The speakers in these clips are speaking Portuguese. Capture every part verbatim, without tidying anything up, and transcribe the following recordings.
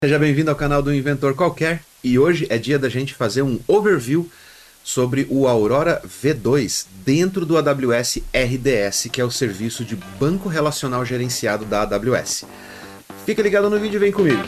Seja bem-vindo ao canal do Inventor Qualquer, e hoje é dia da gente fazer um overview sobre o Aurora V dois dentro do A W S R D S, que é o serviço de banco relacional gerenciado da A W S. Fica ligado no vídeo e vem comigo.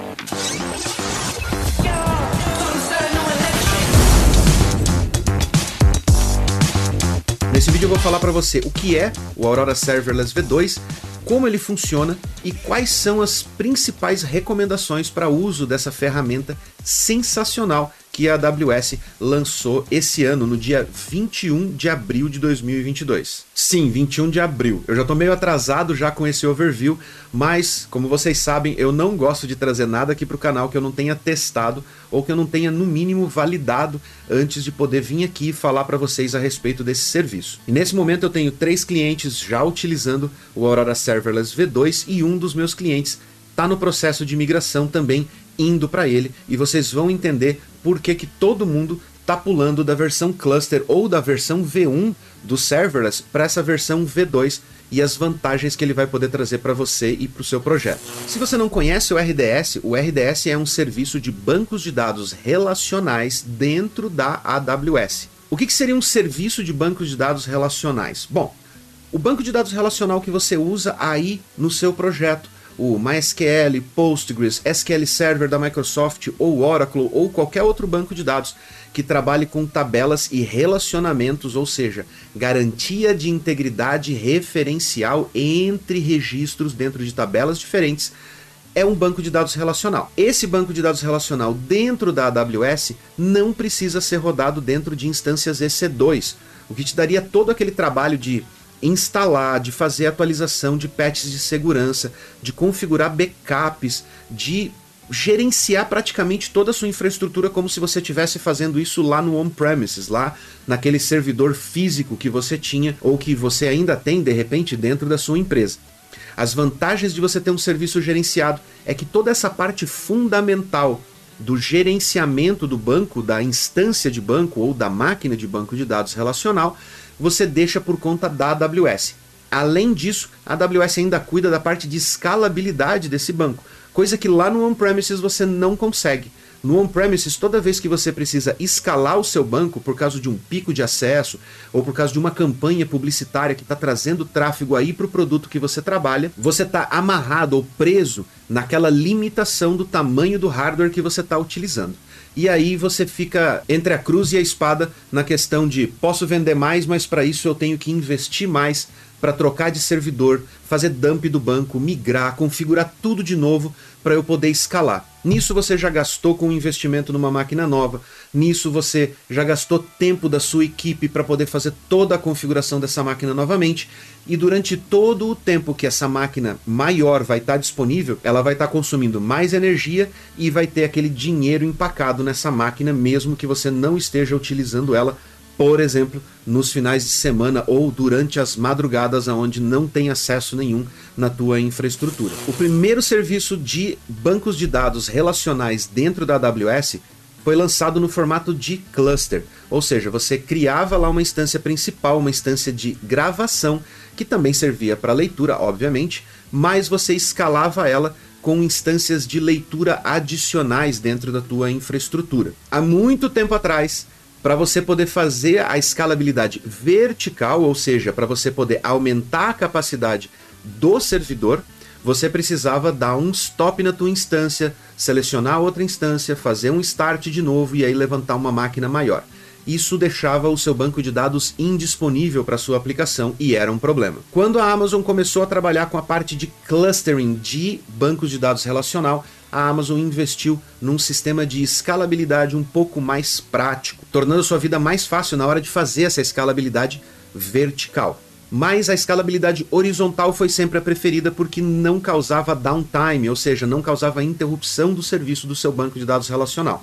Nesse vídeo eu vou falar para você o que é o Aurora Serverless V dois, como ele funciona e quais são as principais recomendações para uso dessa ferramenta sensacional que a A W S lançou esse ano, no dia vinte e um de abril de dois mil e vinte e dois. Sim, vinte e um de abril. Eu já estou meio atrasado já com esse overview, mas, como vocês sabem, eu não gosto de trazer nada aqui para o canal que eu não tenha testado ou que eu não tenha, no mínimo, validado antes de poder vir aqui e falar para vocês a respeito desse serviço. E nesse momento eu tenho três clientes já utilizando o Aurora Serverless V dois e um dos meus clientes está no processo de migração também, indo para ele, e vocês vão entender por que que todo mundo está pulando da versão Cluster ou da versão V um do Serverless para essa versão V dois e as vantagens que ele vai poder trazer para você e para o seu projeto. Se você não conhece o R D S, o R D S é um serviço de bancos de dados relacionais dentro da A W S. O que que seria um serviço de bancos de dados relacionais? Bom, o banco de dados relacional que você usa aí no seu projeto, o MySQL, Postgres, S Q L Server da Microsoft ou Oracle ou qualquer outro banco de dados que trabalhe com tabelas e relacionamentos, ou seja, garantia de integridade referencial entre registros dentro de tabelas diferentes, é um banco de dados relacional. Esse banco de dados relacional dentro da A W S não precisa ser rodado dentro de instâncias E C dois, o que te daria todo aquele trabalho de instalar, de fazer atualização de patches de segurança, de configurar backups, de gerenciar praticamente toda a sua infraestrutura como se você estivesse fazendo isso lá no on-premises, lá naquele servidor físico que você tinha ou que você ainda tem de repente dentro da sua empresa. As vantagens de você ter um serviço gerenciado é que toda essa parte fundamental do gerenciamento do banco, da instância de banco ou da máquina de banco de dados relacional, você deixa por conta da A W S. Além disso, a AWS ainda cuida da parte de escalabilidade desse banco, coisa que lá no on-premises você não consegue. No on-premises, toda vez que você precisa escalar o seu banco por causa de um pico de acesso ou por causa de uma campanha publicitária que está trazendo tráfego aí para o produto que você trabalha, você está amarrado ou preso naquela limitação do tamanho do hardware que você está utilizando. E aí você fica entre a cruz e a espada na questão de posso vender mais, mas para isso eu tenho que investir mais para trocar de servidor, fazer dump do banco, migrar, configurar tudo de novo para eu poder escalar. Nisso você já gastou com o investimento numa máquina nova, nisso você já gastou tempo da sua equipe para poder fazer toda a configuração dessa máquina novamente, e durante todo o tempo que essa máquina maior vai estar disponível, ela vai estar consumindo mais energia e vai ter aquele dinheiro empacado nessa máquina mesmo que você não esteja utilizando ela, por exemplo, nos finais de semana ou durante as madrugadas onde não tem acesso nenhum na tua infraestrutura. O primeiro serviço de bancos de dados relacionais dentro da A W S foi lançado no formato de cluster, ou seja, você criava lá uma instância principal, uma instância de gravação, que também servia para leitura, obviamente, mas você escalava ela com instâncias de leitura adicionais dentro da tua infraestrutura. Há muito tempo atrás, para você poder fazer a escalabilidade vertical, ou seja, para você poder aumentar a capacidade do servidor, você precisava dar um stop na tua instância, selecionar outra instância, fazer um start de novo e aí levantar uma máquina maior. Isso deixava o seu banco de dados indisponível para sua aplicação e era um problema. Quando a Amazon começou a trabalhar com a parte de clustering de bancos de dados relacional, a Amazon investiu num sistema de escalabilidade um pouco mais prático, tornando a sua vida mais fácil na hora de fazer essa escalabilidade vertical. Mas a escalabilidade horizontal foi sempre a preferida porque não causava downtime, ou seja, não causava interrupção do serviço do seu banco de dados relacional.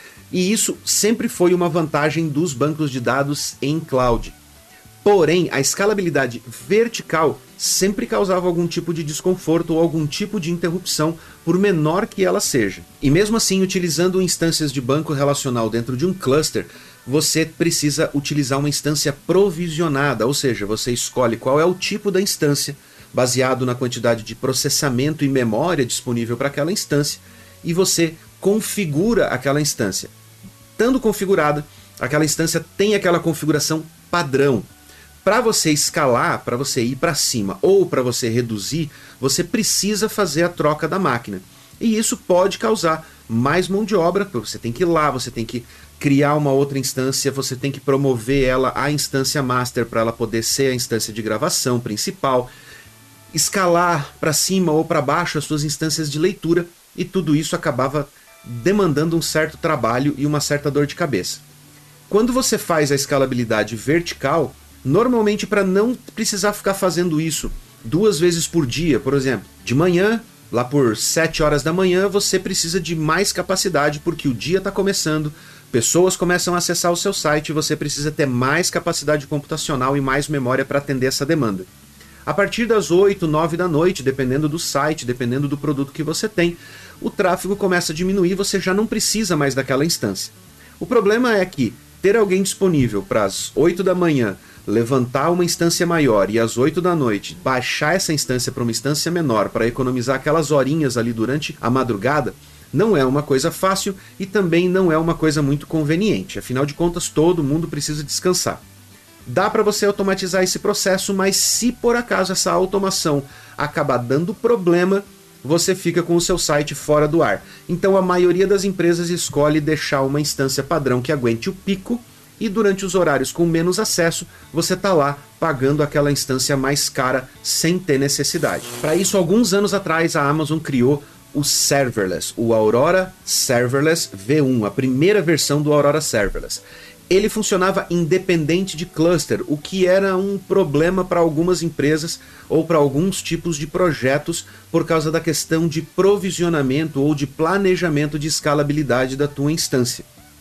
E isso sempre foi uma vantagem dos bancos de dados em cloud. Porém, a escalabilidade vertical sempre causava algum tipo de desconforto ou algum tipo de interrupção, por menor que ela seja. E mesmo assim, utilizando instâncias de banco relacional dentro de um cluster, você precisa utilizar uma instância provisionada, ou seja, você escolhe qual é o tipo da instância, baseado na quantidade de processamento e memória disponível para aquela instância, e você configura aquela instância. Estando configurada, aquela instância tem aquela configuração padrão. Para você escalar, para você ir para cima ou para você reduzir, você precisa fazer a troca da máquina. E isso pode causar mais mão de obra, porque você tem que ir lá, você tem que criar uma outra instância, você tem que promover ela à instância master para ela poder ser a instância de gravação principal, escalar para cima ou para baixo as suas instâncias de leitura, e tudo isso acabava demandando um certo trabalho e uma certa dor de cabeça. Quando você faz a escalabilidade vertical, normalmente para não precisar ficar fazendo isso duas vezes por dia, por exemplo, de manhã, lá por sete horas da manhã, você precisa de mais capacidade porque o dia está começando, pessoas começam a acessar o seu site e você precisa ter mais capacidade computacional e mais memória para atender essa demanda. A partir das oito, nove da noite, dependendo do site, dependendo do produto que você tem, o tráfego começa a diminuir e você já não precisa mais daquela instância. O problema é que ter alguém disponível para as oito da manhã levantar uma instância maior e às oito da noite baixar essa instância para uma instância menor para economizar aquelas horinhas ali durante a madrugada, não é uma coisa fácil e também não é uma coisa muito conveniente. Afinal de contas, todo mundo precisa descansar. Dá para você automatizar esse processo, mas se por acaso essa automação acabar dando problema, você fica com o seu site fora do ar. Então a maioria das empresas escolhe deixar uma instância padrão que aguente o pico, e durante os horários com menos acesso, você está lá pagando aquela instância mais cara sem ter necessidade. Para isso, alguns anos atrás, a Amazon criou o Serverless, o Aurora Serverless V um, a primeira versão do Aurora Serverless. Ele funcionava independente de cluster, o que era um problema para algumas empresas ou para alguns tipos de projetos por causa da questão de provisionamento ou de planejamento de escalabilidade da tua instância.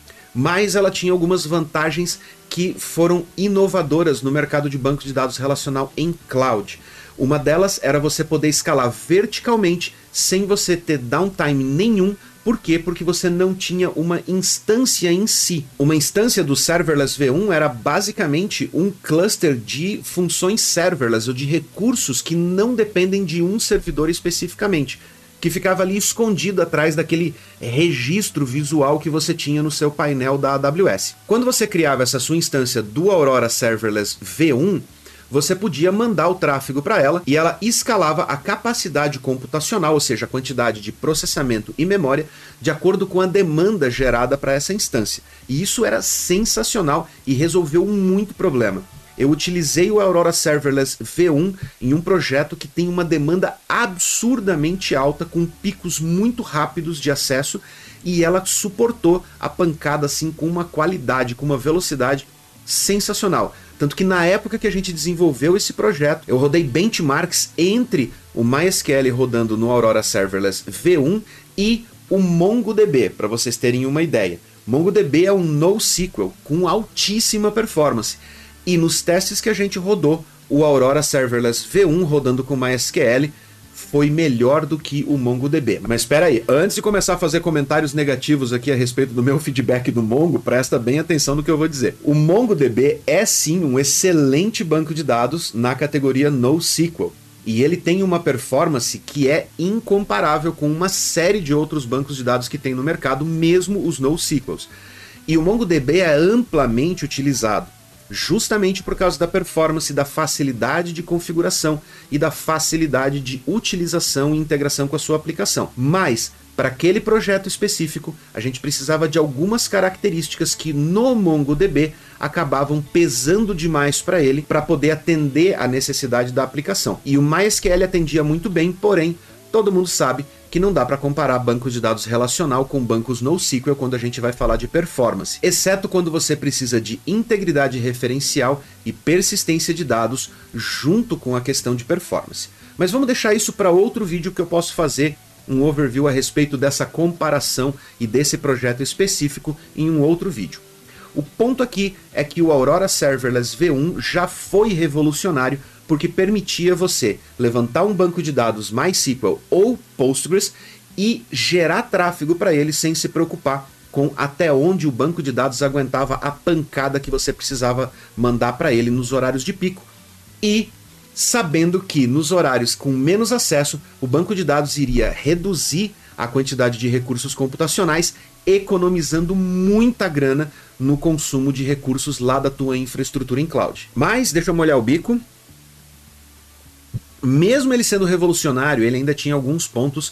Mas ela tinha algumas vantagens que foram inovadoras no mercado de banco de dados relacional em cloud. Uma delas era você poder escalar verticalmente sem você ter downtime nenhum. Por quê? Porque você não tinha uma instância em si. Uma instância do Serverless V um era basicamente um cluster de funções serverless ou de recursos que não dependem de um servidor especificamente, que ficava ali escondido atrás daquele registro visual que você tinha no seu painel da A W S. Quando você criava essa sua instância do Aurora Serverless V um, você podia mandar o tráfego para ela e ela escalava a capacidade computacional, ou seja, a quantidade de processamento e memória, de acordo com a demanda gerada para essa instância. E isso era sensacional e resolveu muito problema. Eu utilizei o Aurora Serverless V um em um projeto que tem uma demanda absurdamente alta, com picos muito rápidos de acesso, e ela suportou a pancada assim com uma qualidade, com uma velocidade sensacional. Tanto que na época que a gente desenvolveu esse projeto, eu rodei benchmarks entre o MySQL rodando no Aurora Serverless V um e o MongoDB, para vocês terem uma ideia. MongoDB é um NoSQL com altíssima performance. E nos testes que a gente rodou, o Aurora Serverless V um rodando com MySQL foi melhor do que o MongoDB. Mas espera aí, antes de começar a fazer comentários negativos aqui a respeito do meu feedback do Mongo, presta bem atenção no que eu vou dizer. O MongoDB é sim um excelente banco de dados na categoria NoSQL. E ele tem uma performance que é incomparável com uma série de outros bancos de dados que tem no mercado, mesmo os NoSQLs. E o MongoDB é amplamente utilizado, justamente por causa da performance, da facilidade de configuração e da facilidade de utilização e integração com a sua aplicação. Mas, para aquele projeto específico, a gente precisava de algumas características que no MongoDB acabavam pesando demais para ele, para poder atender a necessidade da aplicação. E o MySQL atendia muito bem, porém, todo mundo sabe que não dá para comparar bancos de dados relacional com bancos NoSQL quando a gente vai falar de performance, exceto quando você precisa de integridade referencial e persistência de dados junto com a questão de performance. Mas vamos deixar isso para outro vídeo que eu posso fazer um overview a respeito dessa comparação e desse projeto específico em um outro vídeo. O ponto aqui é que o Aurora Serverless V um já foi revolucionário porque permitia você levantar um banco de dados MySQL ou Postgres e gerar tráfego para ele sem se preocupar com até onde o banco de dados aguentava a pancada que você precisava mandar para ele nos horários de pico, e sabendo que nos horários com menos acesso o banco de dados iria reduzir a quantidade de recursos computacionais, economizando muita grana no consumo de recursos lá da tua infraestrutura em cloud. Mas, deixa eu molhar o bico, mesmo ele sendo revolucionário, ele ainda tinha alguns pontos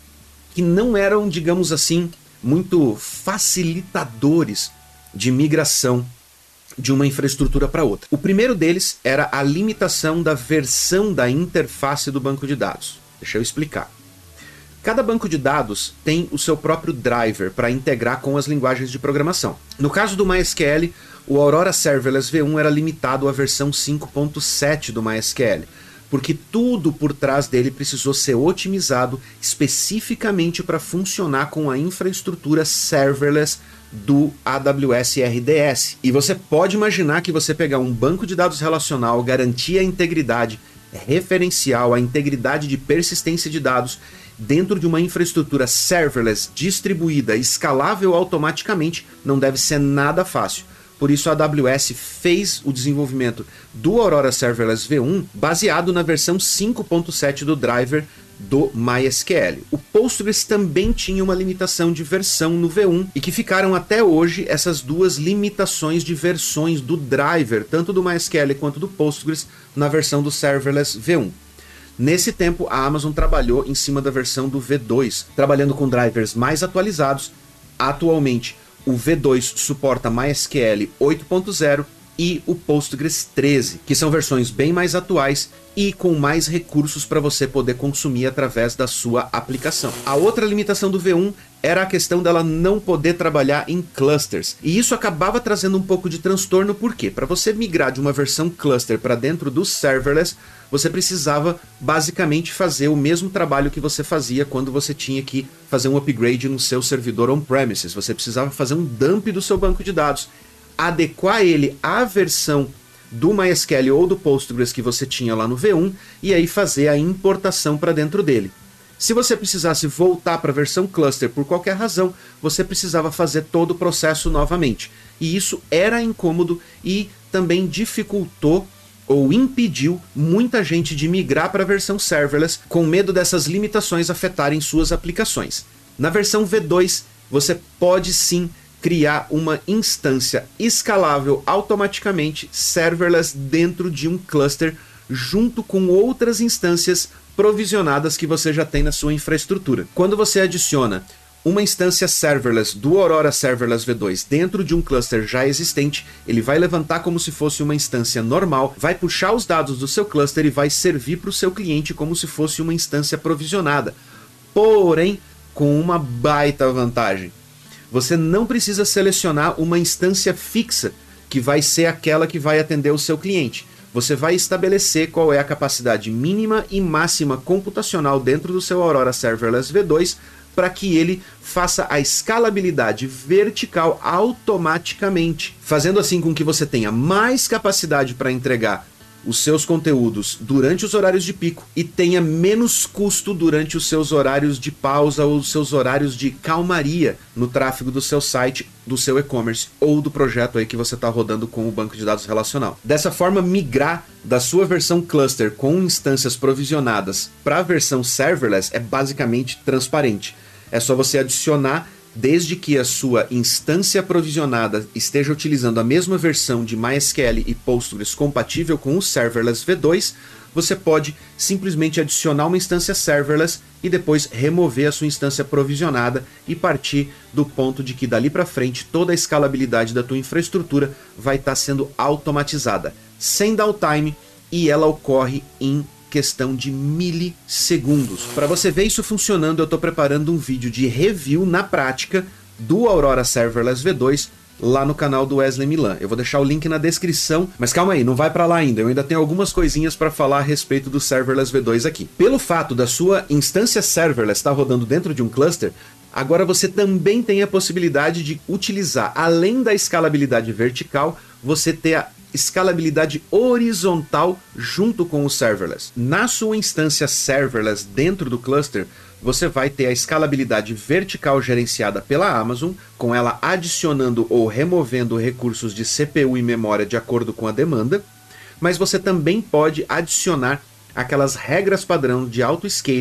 que não eram, digamos assim, muito facilitadores de migração de uma infraestrutura para outra. O primeiro deles era a limitação da versão da interface do banco de dados. Deixa eu explicar. Cada banco de dados tem o seu próprio driver para integrar com as linguagens de programação. No caso do MySQL, o Aurora Serverless V um era limitado à versão cinco ponto sete do MySQL, porque tudo por trás dele precisou ser otimizado especificamente para funcionar com a infraestrutura serverless do A W S R D S. E você pode imaginar que você pegar um banco de dados relacional, garantir a integridade referencial, a integridade de persistência de dados dentro de uma infraestrutura serverless distribuída, escalável automaticamente, não deve ser nada fácil. Por isso a AWS fez o desenvolvimento do Aurora Serverless V um baseado na versão cinco ponto sete do driver do MySQL. O Postgres também tinha uma limitação de versão no V um e que ficaram até hoje essas duas limitações de versões do driver, tanto do MySQL quanto do Postgres, na versão do Serverless V um. Nesse tempo, a Amazon trabalhou em cima da versão do V dois, trabalhando com drivers mais atualizados. Atualmente, o V dois suporta MySQL oito ponto zero e o Postgres treze, que são versões bem mais atuais e com mais recursos para você poder consumir através da sua aplicação. A outra limitação do V um era a questão dela não poder trabalhar em clusters, e isso acabava trazendo um pouco de transtorno, porque para você migrar de uma versão cluster para dentro do serverless, você precisava basicamente fazer o mesmo trabalho que você fazia quando você tinha que fazer um upgrade no seu servidor on-premises. Você precisava fazer um dump do seu banco de dados, adequar ele à versão do MySQL ou do Postgres que você tinha lá no V um, e aí fazer a importação para dentro dele. Se você precisasse voltar para a versão cluster por qualquer razão, você precisava fazer todo o processo novamente. E isso era incômodo e também dificultou ou impediu muita gente de migrar para a versão serverless, com medo dessas limitações afetarem suas aplicações. Na versão V dois, você pode sim criar uma instância escalável automaticamente serverless dentro de um cluster, junto com outras instâncias provisionadas que você já tem na sua infraestrutura. Quando você adiciona uma instância serverless do Aurora Serverless V dois dentro de um cluster já existente, ele vai levantar como se fosse uma instância normal, vai puxar os dados do seu cluster e vai servir para o seu cliente como se fosse uma instância provisionada. Porém, com uma baita vantagem. Você não precisa selecionar uma instância fixa que vai ser aquela que vai atender o seu cliente. Você vai estabelecer qual é a capacidade mínima e máxima computacional dentro do seu Aurora Serverless V dois para que ele faça a escalabilidade vertical automaticamente, fazendo assim com que você tenha mais capacidade para entregar os seus conteúdos durante os horários de pico e tenha menos custo durante os seus horários de pausa ou os seus horários de calmaria no tráfego do seu site, do seu e-commerce ou do projeto aí que você está rodando com o banco de dados relacional. Dessa forma, migrar da sua versão cluster com instâncias provisionadas para a versão serverless é basicamente transparente. É só você adicionar, desde que a sua instância provisionada esteja utilizando a mesma versão de MySQL e Postgres compatível com o Serverless V dois, você pode simplesmente adicionar uma instância serverless e depois remover a sua instância provisionada e partir do ponto de que dali para frente toda a escalabilidade da tua infraestrutura vai estar sendo automatizada, sem downtime, e ela ocorre em questão de milissegundos. Para você ver isso funcionando, eu estou preparando um vídeo de review na prática do Aurora Serverless V dois lá no canal do Wesley Milan. Eu vou deixar o link na descrição, mas calma aí, não vai para lá ainda. Eu ainda tenho algumas coisinhas para falar a respeito do Serverless V dois aqui. Pelo fato da sua instância serverless estar rodando dentro de um cluster, agora você também tem a possibilidade de utilizar, além da escalabilidade vertical, você ter a escalabilidade horizontal junto com o serverless. Na sua instância serverless dentro do cluster, você vai ter a escalabilidade vertical gerenciada pela Amazon, com ela adicionando ou removendo recursos de C P U e memória de acordo com a demanda, mas você também pode adicionar aquelas regras padrão de auto-scaling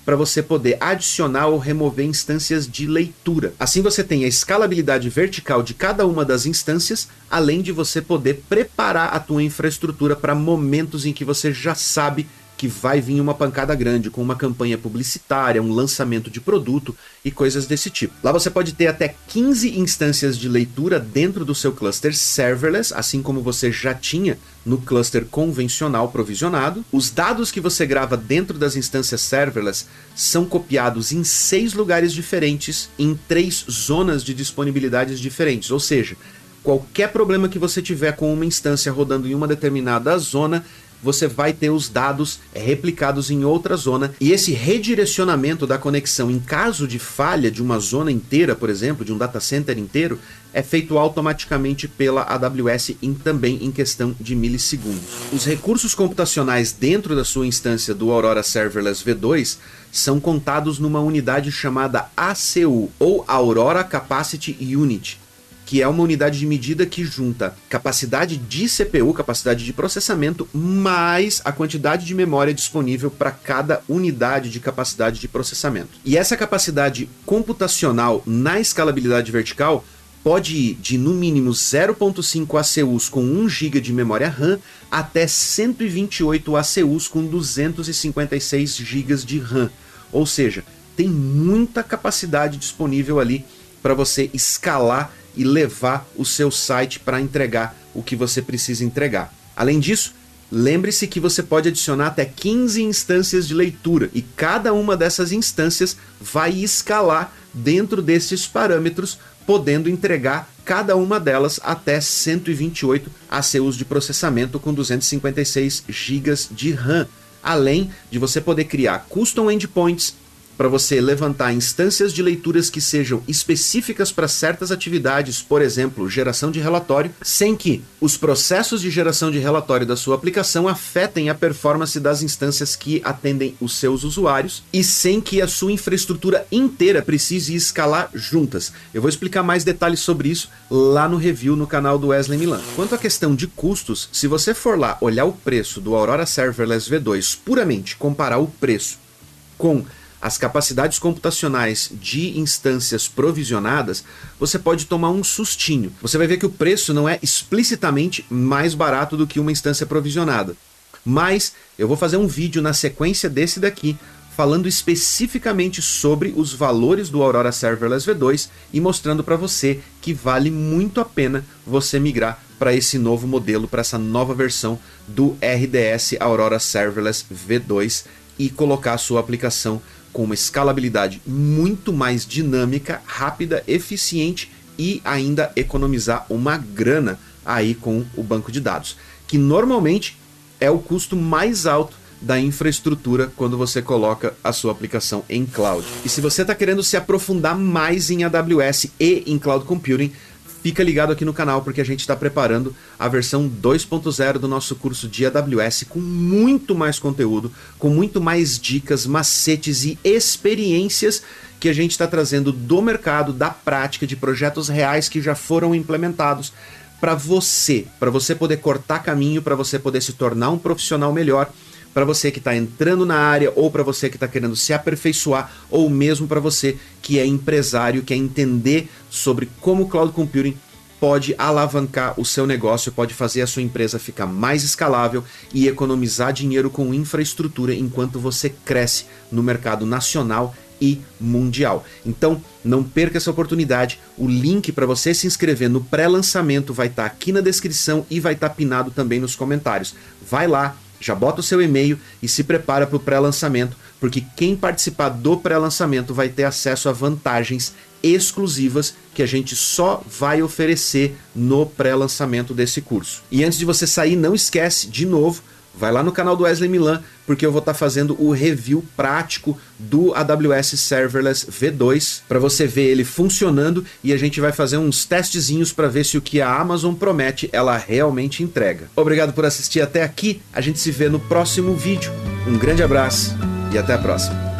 para você poder adicionar ou remover instâncias de leitura. Assim você tem a escalabilidade vertical de cada uma das instâncias, além de você poder preparar a tua infraestrutura para momentos em que você já sabe que vai vir uma pancada grande, com uma campanha publicitária, um lançamento de produto e coisas desse tipo. Lá você pode ter até quinze instâncias de leitura dentro do seu cluster serverless, assim como você já tinha no cluster convencional provisionado. Os dados que você grava dentro das instâncias serverless são copiados em seis lugares diferentes, em três zonas de disponibilidades diferentes, ou seja, qualquer problema que você tiver com uma instância rodando em uma determinada zona, você vai ter os dados replicados em outra zona, e esse redirecionamento da conexão em caso de falha de uma zona inteira, por exemplo, de um data center inteiro, é feito automaticamente pela A W S em, também em questão de milissegundos. Os recursos computacionais dentro da sua instância do Aurora Serverless V dois são contados numa unidade chamada A C U, ou Aurora Capacity Unit, que é uma unidade de medida que junta capacidade de C P U, capacidade de processamento, mais a quantidade de memória disponível para cada unidade de capacidade de processamento. E essa capacidade computacional na escalabilidade vertical pode ir de no mínimo zero ponto cinco A C Us com um giga de memória RAM até cento e vinte e oito A C Us com duzentos e cinquenta e seis gigas de RAM. Ou seja, tem muita capacidade disponível ali para você escalar e levar o seu site para entregar o que você precisa entregar. Além disso, lembre-se que você pode adicionar até quinze instâncias de leitura, e cada uma dessas instâncias vai escalar dentro desses parâmetros, podendo entregar cada uma delas até cento e vinte e oito A C Us de processamento com duzentos e cinquenta e seis gigas de RAM, além de você poder criar custom endpoints para você levantar instâncias de leituras que sejam específicas para certas atividades, por exemplo, geração de relatório, sem que os processos de geração de relatório da sua aplicação afetem a performance das instâncias que atendem os seus usuários, e sem que a sua infraestrutura inteira precise escalar juntas. Eu vou explicar mais detalhes sobre isso lá no review no canal do Wesley Milan. Quanto à questão de custos, se você for lá olhar o preço do Aurora Serverless V dois, puramente comparar o preço com as capacidades computacionais de instâncias provisionadas, você pode tomar um sustinho. Você vai ver que o preço não é explicitamente mais barato do que uma instância provisionada. Mas eu vou fazer um vídeo na sequência desse daqui, falando especificamente sobre os valores do Aurora Serverless V dois e mostrando para você que vale muito a pena você migrar para esse novo modelo, para essa nova versão do R D S Aurora Serverless V dois e colocar a sua aplicação com uma escalabilidade muito mais dinâmica, rápida, eficiente e ainda economizar uma grana aí com o banco de dados, que normalmente é o custo mais alto da infraestrutura quando você coloca a sua aplicação em cloud. E se você está querendo se aprofundar mais em A W S e em Cloud Computing, fica ligado aqui no canal, porque a gente está preparando a versão dois ponto zero do nosso curso de A W S com muito mais conteúdo, com muito mais dicas, macetes e experiências que a gente está trazendo do mercado, da prática, de projetos reais que já foram implementados para você, para você poder cortar caminho, para você poder se tornar um profissional melhor, para você que está entrando na área, ou para você que está querendo se aperfeiçoar, ou mesmo para você que é empresário, quer entender sobre como o Cloud Computing pode alavancar o seu negócio, pode fazer a sua empresa ficar mais escalável e economizar dinheiro com infraestrutura enquanto você cresce no mercado nacional e mundial. Então, não perca essa oportunidade. O link para você se inscrever no pré-lançamento vai estar aqui na descrição e vai estar pinado também nos comentários. Vai lá, já bota o seu e-mail e se prepara para o pré-lançamento, porque quem participar do pré-lançamento vai ter acesso a vantagens exclusivas que a gente só vai oferecer no pré-lançamento desse curso. E antes de você sair, não esquece, de novo, vai lá no canal do Wesley Milan, porque eu vou estar fazendo o review prático do A W S Serverless V dois, para você ver ele funcionando, e a gente vai fazer uns testezinhos para ver se o que a Amazon promete, ela realmente entrega. Obrigado por assistir até aqui, a gente se vê no próximo vídeo. Um grande abraço e até a próxima.